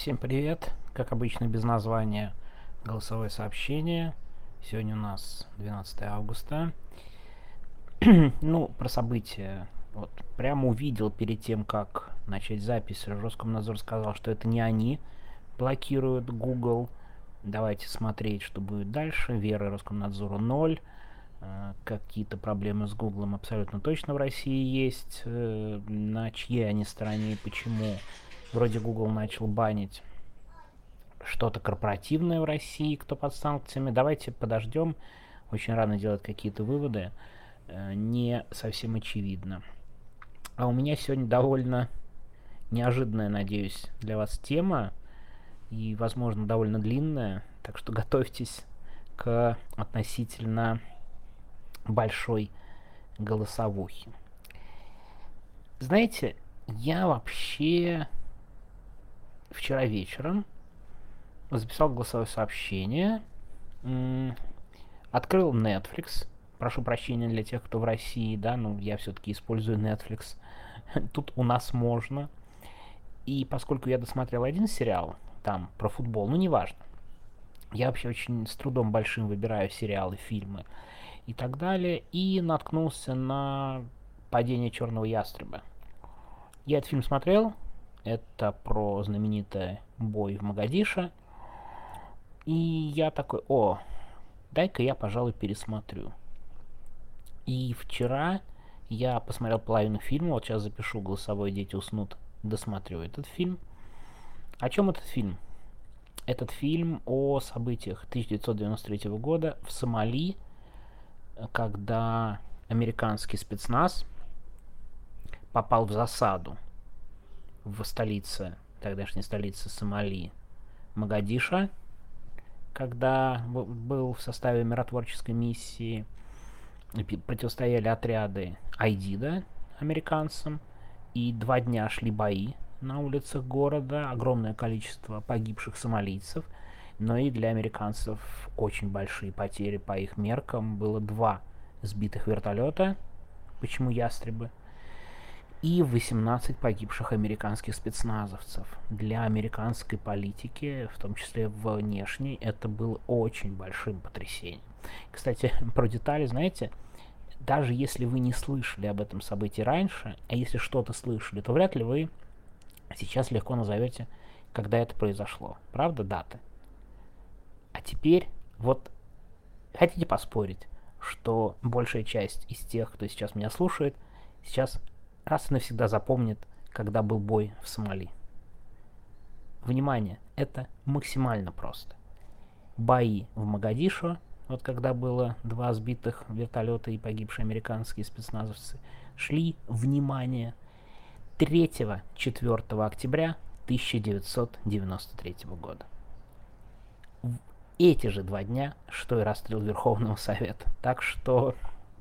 Всем привет! Как обычно, без названия, голосовое сообщение. Сегодня у нас 12 августа. Ну, про события. Вот, прямо увидел перед тем, как начать запись, Роскомнадзор сказал, что это не они блокируют Google. Давайте смотреть, что будет дальше. Веры Роскомнадзору 0. Какие-то проблемы с Гуглом абсолютно точно в России есть. На чьей они стороне и почему? Вроде Google начал банить что-то корпоративное в России, кто под санкциями. Давайте подождем. Очень рано делать какие-то выводы. Не совсем очевидно. А у меня сегодня довольно неожиданная, надеюсь, для вас тема. И, возможно, довольно длинная. Так что готовьтесь к относительно большой голосовухе. Знаете, я вообще вчера вечером записал голосовое сообщение, открыл Netflix. Прошу прощения для тех, кто в России, да, но я все-таки использую Netflix. Тут у нас можно. И поскольку я досмотрел один сериал, там, про футбол, ну, неважно. Я вообще очень с трудом большим выбираю сериалы, фильмы и так далее. И наткнулся на «Падение черного ястреба». Я этот фильм смотрел. Это про знаменитый бой в Могадишо. И я такой, дай-ка я, пожалуй, пересмотрю. И вчера я посмотрел половину фильма, вот сейчас запишу голосовой «Дети уснут», досмотрю этот фильм. О чем этот фильм? Этот фильм о событиях 1993 года в Сомали, когда американский спецназ попал в засаду в столице, тогдашней столице Сомали, Могадишо, когда был в составе миротворческой миссии. Противостояли отряды Айдида американцам, и 2 дня шли бои на улицах города, огромное количество погибших сомалийцев, но и для американцев очень большие потери по их меркам. Было 2 сбитых вертолета, почему ястребы, и 18 погибших американских спецназовцев. Для американской политики, в том числе внешней, это было очень большим потрясением. Кстати, про детали, знаете, даже если вы не слышали об этом событии раньше, а если что-то слышали, то вряд ли вы сейчас легко назовете, когда это произошло. Правда, даты? А теперь, вот, хотите поспорить, что большая часть из тех, кто сейчас меня слушает, сейчас раз и навсегда запомнит, когда был бой в Сомали? Внимание, это максимально просто. Бои в Могадишо, вот когда было 2 сбитых вертолета и погибшие американские спецназовцы, шли, внимание, 3-4 октября 1993 года. В эти же 2 дня, что и расстрел Верховного Совета. Так что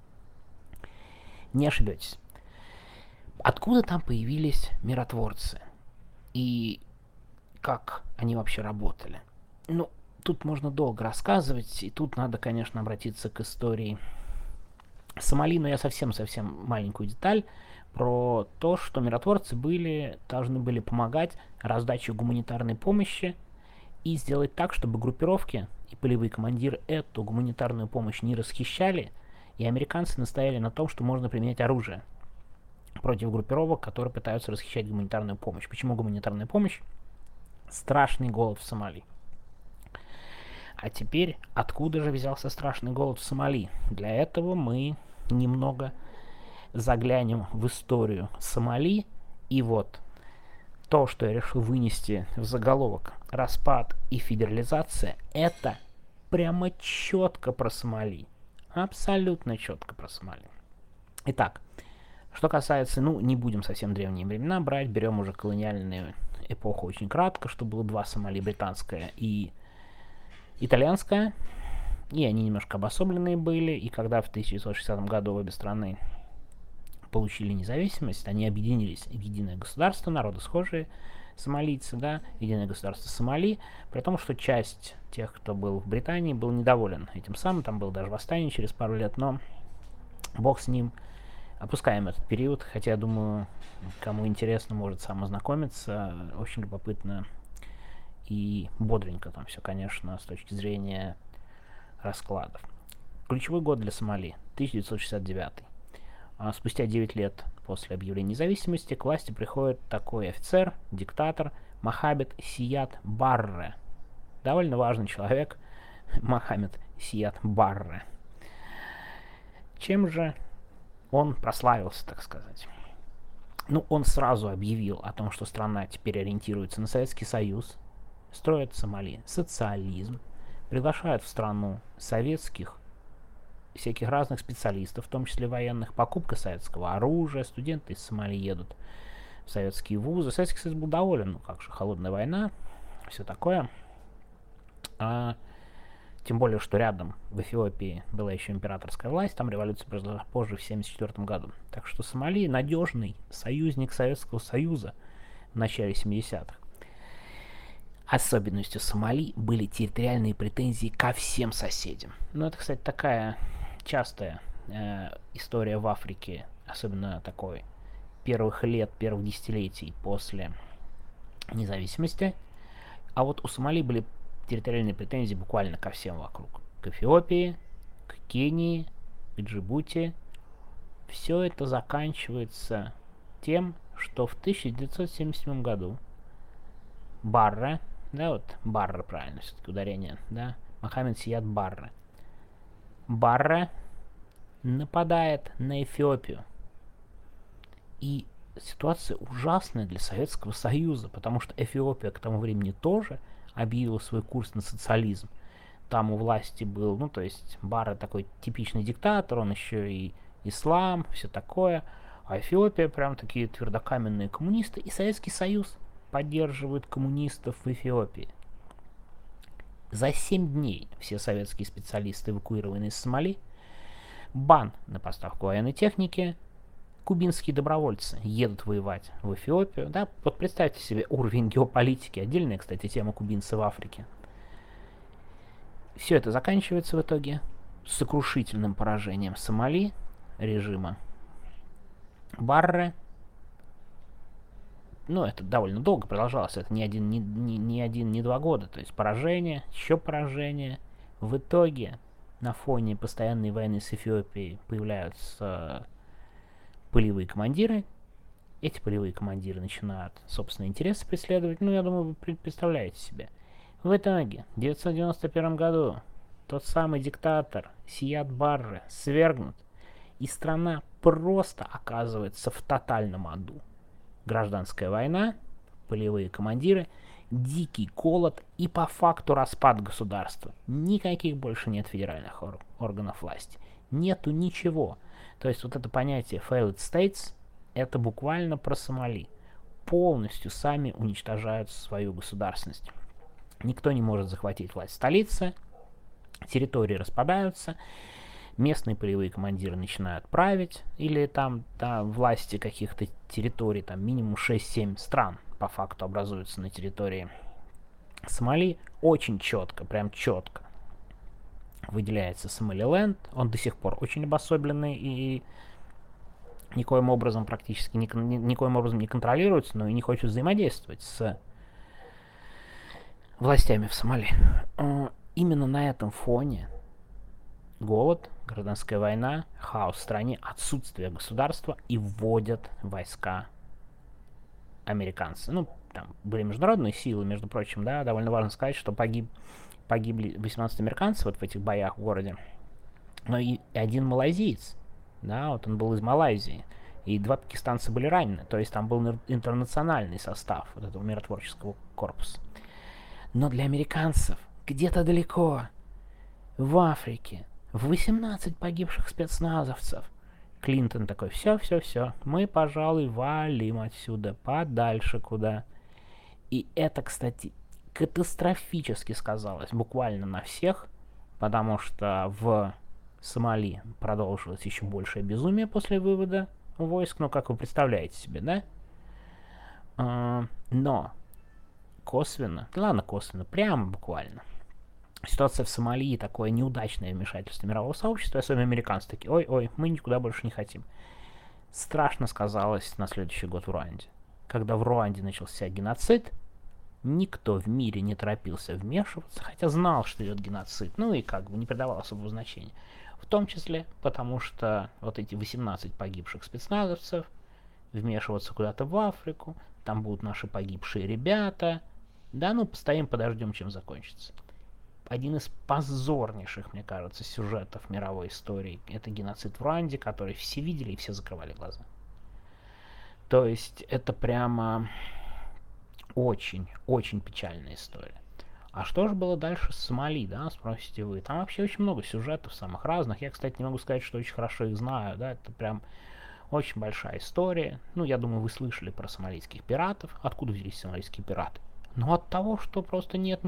не ошибетесь. Откуда там появились миротворцы? И как они вообще работали? Ну, тут можно долго рассказывать, и тут надо, конечно, обратиться к истории Сомали, но я совсем-совсем маленькую деталь про то, что миротворцы должны были помогать раздаче гуманитарной помощи и сделать так, чтобы группировки и полевые командиры эту гуманитарную помощь не расхищали, и американцы настояли на том, что можно применять оружие против группировок, которые пытаются расхищать гуманитарную помощь. Почему гуманитарная помощь? Страшный голод в Сомали. А теперь, откуда же взялся страшный голод в Сомали? Для этого мы немного заглянем в историю Сомали. И вот то, что я решил вынести в заголовок «Распад и федерализация», это прямо четко про Сомали. Абсолютно четко про Сомали. Итак, что касается, не будем совсем древние времена брать, берем уже колониальную эпоху очень кратко, что было 2 Сомали, британская и итальянская, и они немножко обособленные были, и когда в 1960 году обе страны получили независимость, они объединились в единое государство, народы схожие, сомалийцы, да, единое государство Сомали, при том, что часть тех, кто был в Британии, был недоволен этим самым, там было даже восстание через пару лет, но бог с ним. Опускаем этот период, хотя, я думаю, кому интересно, может сам ознакомиться. Очень любопытно и бодренько там все, конечно, с точки зрения раскладов. Ключевой год для Сомали — 1969. Спустя 9 лет после объявления независимости к власти приходит такой офицер, диктатор Мохаммед Сияд Барре. Довольно важный человек, Мохаммед Сияд Барре. Чем же он прославился, так сказать? Ну, он сразу объявил о том, что страна теперь ориентируется на Советский Союз, строит в Сомали социализм, приглашает в страну советских всяких разных специалистов, в том числе военных, покупка советского оружия, студенты из Сомали едут в советские вузы. Советский Союз был доволен, ну как же, холодная война, все такое. Тем более, что рядом в Эфиопии была еще императорская власть, там революция произошла позже, в 1974 году. Так что Сомали — надежный союзник Советского Союза в начале 70-х. Особенностью Сомали были территориальные претензии ко всем соседям. Ну, это, кстати, такая частая история в Африке, особенно такой первых лет, первых десятилетий после независимости. А вот у Сомали были территориальные претензии буквально ко всем вокруг. К Эфиопии, к Кении, к Джибути. Все это заканчивается тем, что в 1977 году Барре, да, вот Барре правильно все-таки ударение, да, Мохаммед Сияд Барре. Барре нападает на Эфиопию. И ситуация ужасная для Советского Союза, потому что Эфиопия к тому времени тоже объявил свой курс на социализм. Там у власти был, ну, то есть Барре такой типичный диктатор, он еще и ислам, все такое. А Эфиопия прям такие твердокаменные коммунисты. И Советский Союз поддерживает коммунистов в Эфиопии. За 7 дней все советские специалисты эвакуированы из Сомали. Бан на поставку военной техники. Кубинские добровольцы едут воевать в Эфиопию. Да, вот представьте себе уровень геополитики. Отдельная, кстати, тема кубинцев в Африке. Все это заканчивается в итоге сокрушительным поражением Сомали, режима Барре. Ну, это довольно долго продолжалось. Это не один, не 2 года. То есть поражение, еще поражение. В итоге на фоне постоянной войны с Эфиопией появляются полевые командиры. Эти полевые командиры начинают собственные интересы преследовать. Ну, я думаю, вы представляете себе. В итоге, в 1991 году тот самый диктатор Сияд Барре свергнут, и страна просто оказывается в тотальном аду. Гражданская война, полевые командиры, дикий голод и по факту распад государства. Никаких больше нет федеральных органов власти. Нету ничего. То есть вот это понятие failed states — это буквально про Сомали. Полностью сами уничтожают свою государственность. Никто не может захватить власть в столице, территории распадаются, местные полевые командиры начинают править, или там власти каких-то территорий, там минимум 6-7 стран по факту образуются на территории Сомали. Очень четко, прям четко выделяется Сомалиленд. Он до сих пор очень обособленный и никоим образом практически никоим образом не контролируется, но и не хочет взаимодействовать с властями в Сомали. Именно на этом фоне голод, гражданская война, хаос в стране, отсутствие государства, и вводят войска американцы. Ну, там были международные силы, между прочим, да, довольно важно сказать, что погибли 18 американцев вот в этих боях в городе, но и один малайзиец, да, вот он был из Малайзии, и 2 пакистанца были ранены, то есть там был интернациональный состав вот этого миротворческого корпуса. Но для американцев где-то далеко, в Африке, 18 погибших спецназовцев. Клинтон такой: все, мы, пожалуй, валим отсюда, подальше куда. И это, кстати, катастрофически сказалось буквально на всех, потому что в Сомали продолжилось еще большее безумие после вывода войск, ну, как вы представляете себе, да? Но косвенно, прямо буквально, ситуация в Сомали и такое неудачное вмешательство мирового сообщества, особенно американцы такие: ой, мы никуда больше не хотим, страшно сказалось на следующий год в Руанде. Когда в Руанде начался геноцид, Никто в мире не торопился вмешиваться, хотя знал, что идет геноцид, ну и как бы не придавал особого значения. В том числе потому, что вот эти 18 погибших спецназовцев вмешиваться куда-то в Африку, там будут наши погибшие ребята. Да, ну постоим, подождем, чем закончится. Один из позорнейших, мне кажется, сюжетов мировой истории — это геноцид в Руанде, который все видели и все закрывали глаза. То есть это прямо очень печальная история. А что же было дальше с Сомали, да, спросите вы? Там вообще очень много сюжетов самых разных. Я, кстати, не могу сказать, что очень хорошо их знаю, да, это прям очень большая история. Ну, я думаю, вы слышали про сомалийских пиратов. Откуда взялись сомалийские пираты? Ну, от того, что просто нет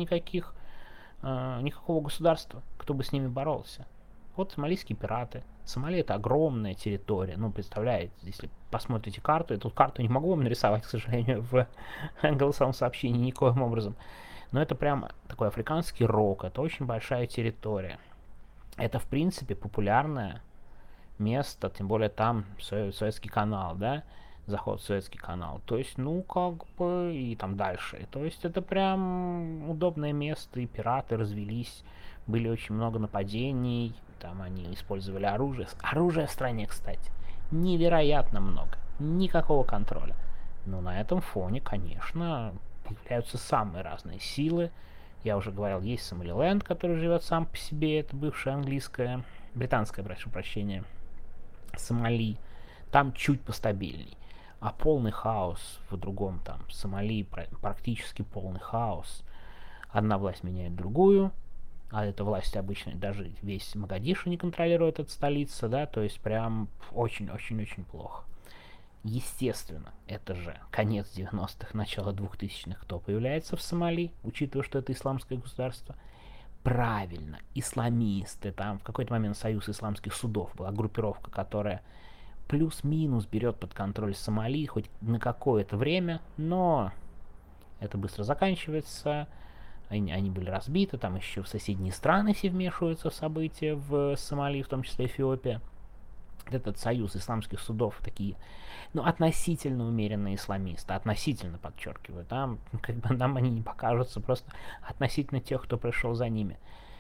никакого государства, кто бы с ними боролся. Вот сомалийские пираты. Сомали — это огромная территория. Ну, представляете, если посмотрите карту, я тут карту не могу вам нарисовать, к сожалению, в голосовом сообщении никоим образом. Но это прям такой африканский рог, это очень большая территория. Это, в принципе, популярное место, тем более там Суэцкий канал, да, заход в Суэцкий канал. То есть, ну, как бы, и там дальше. То есть, это прям удобное место, и пираты развелись, были очень много нападений, там они использовали оружие. Оружия в стране, кстати, невероятно много, никакого контроля. Но на этом фоне, конечно, появляются самые разные силы. Я уже говорил, есть Сомалиленд, который живет сам по себе, это бывшее английское, британское, прошу прощения, Сомали. Там чуть постабильней. А полный хаос в другом, там, Сомали практически полный хаос. Одна власть меняет другую, а эта власть обычно даже весь Могадишо не контролирует, от столица, да, то есть прям очень-очень-очень плохо. Естественно, это же конец 90-х, начало 2000-х, кто появляется в Сомали, учитывая, что это исламское государство. Правильно, исламисты. Там в какой-то момент Союз исламских судов была группировка, которая плюс-минус берет под контроль Сомали хоть на какое-то время, но это быстро заканчивается. Они были разбиты, там еще в соседние страны все вмешиваются в события в Сомали, в том числе Эфиопия. Этот союз исламских судов такие, ну, относительно умеренные исламисты, относительно, подчеркиваю, там, как бы нам они не покажутся, просто относительно тех, кто пришел за ними.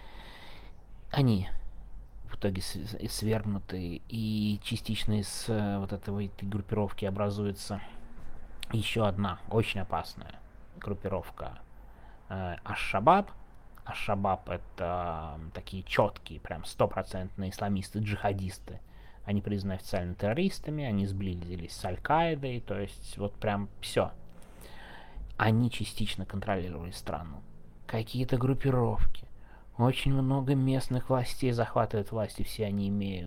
Они в итоге свергнуты, и частично из вот этой группировки образуется еще одна очень опасная группировка Аш-Шабаб. Аш-Шабаб — это такие четкие, прям стопроцентные исламисты, джихадисты. Они признаны официально террористами, они сблизились с Аль-Каидой, то есть вот прям все. Они частично контролировали страну. Какие-то группировки. Очень много местных властей захватывают власти, все они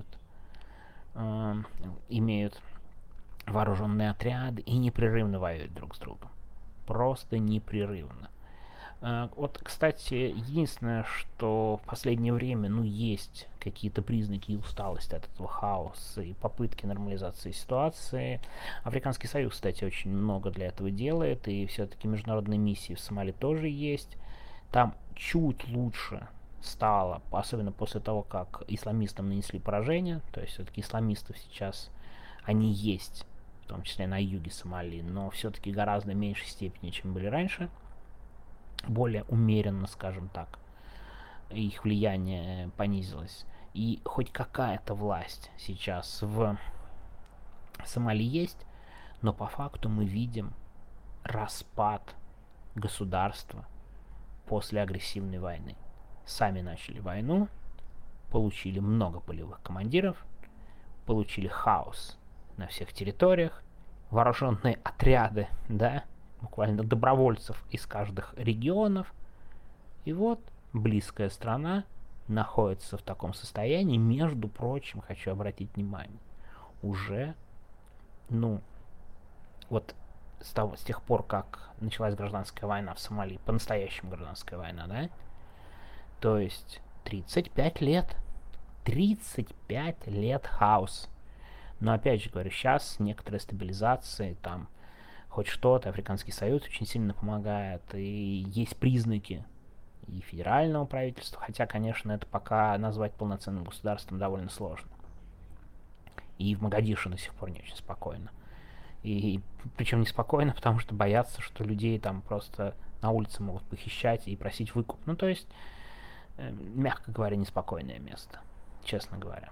имеют вооруженные отряды и непрерывно воюют друг с другом. Просто непрерывно. Вот, кстати, единственное, что в последнее время, ну, есть какие-то признаки усталости от этого хаоса и попытки нормализации ситуации. Африканский Союз, кстати, очень много для этого делает, и все-таки международные миссии в Сомали тоже есть. Там чуть лучше стало, особенно после того, как исламистам нанесли поражение, то есть все-таки исламистов сейчас, они есть, в том числе на юге Сомали, но все-таки гораздо меньшей степени, чем были раньше. Более умеренно, скажем так, их влияние понизилось. И хоть какая-то власть сейчас в Сомали есть, но по факту мы видим распад государства после агрессивной войны. Сами начали войну, получили много полевых командиров, получили хаос на всех территориях, вооруженные отряды, да, буквально добровольцев из каждых регионов. И вот близкая страна находится в таком состоянии, между прочим, хочу обратить внимание, уже, ну, вот с тех пор, как началась гражданская война в Сомали, по-настоящему гражданская война, да, то есть 35 лет. 35 лет хаос. Но опять же говорю, сейчас некоторая стабилизация, там хоть что-то, Африканский Союз очень сильно помогает, и есть признаки и федерального правительства, хотя, конечно, это пока назвать полноценным государством довольно сложно. И в Могадишо до сих пор не очень спокойно. И причем неспокойно, потому что боятся, что людей там просто на улице могут похищать и просить выкуп. Ну, то есть, мягко говоря, неспокойное место, честно говоря.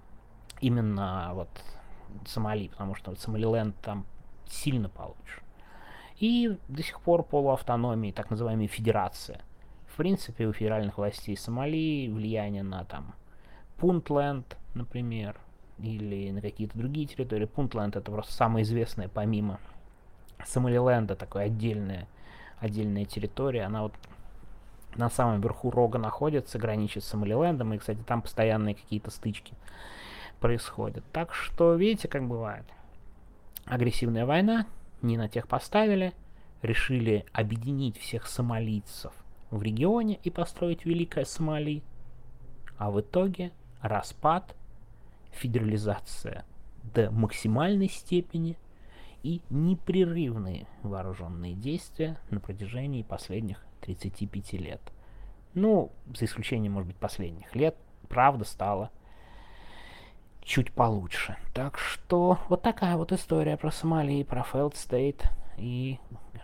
Именно вот Сомали, потому что вот Сомалиленд там сильно получше. И до сих пор полуавтономии, так называемая федерация. В принципе, у федеральных властей Сомали влияние на там Пунтленд, например, или на какие-то другие территории. Пунтленд это просто самое известное помимо Сомалиленда, такая отдельная территория. Она вот на самом верху рога находится, граничит с Сомалилендом, и, кстати, там постоянные какие-то стычки происходят. Так что, видите, как бывает. Агрессивная война, не на тех поставили, решили объединить всех сомалийцев в регионе и построить Великое Сомали, а в итоге распад, федерализация до максимальной степени и непрерывные вооруженные действия на протяжении последних 35 лет. Ну, за исключением, может быть, последних лет, правда стала чуть получше. Так что вот такая вот история про Сомали, про failed state и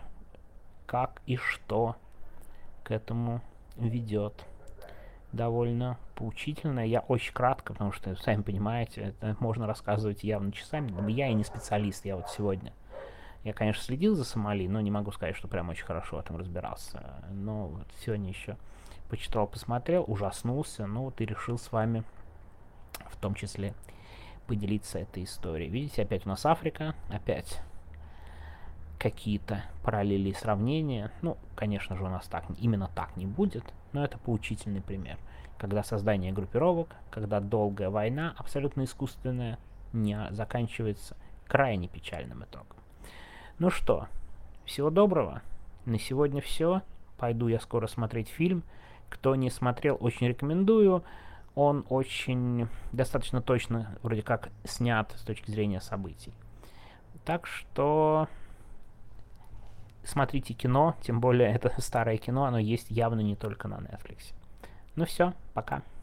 как и что к этому ведет. Довольно поучительно. Я очень кратко, потому что, сами понимаете, это можно рассказывать явно часами, но я и не специалист. Я вот сегодня, я, конечно, следил за Сомали, но не могу сказать, что прям очень хорошо в этом разбирался. Но вот сегодня еще почитал, посмотрел, ужаснулся, ну вот и решил с вами в том числе поделиться этой историей. Видите, опять у нас Африка, опять какие-то параллели и сравнения. Ну, конечно же, у нас так, именно так не будет, но это поучительный пример. Когда создание группировок, когда долгая война, абсолютно искусственная, не заканчивается крайне печальным итогом. Ну что, всего доброго. На сегодня все. Пойду я скоро смотреть фильм. Кто не смотрел, очень рекомендую. Он очень достаточно точно вроде как снят с точки зрения событий. Так что смотрите кино, тем более это старое кино, оно есть явно не только на Netflix. Ну все, пока.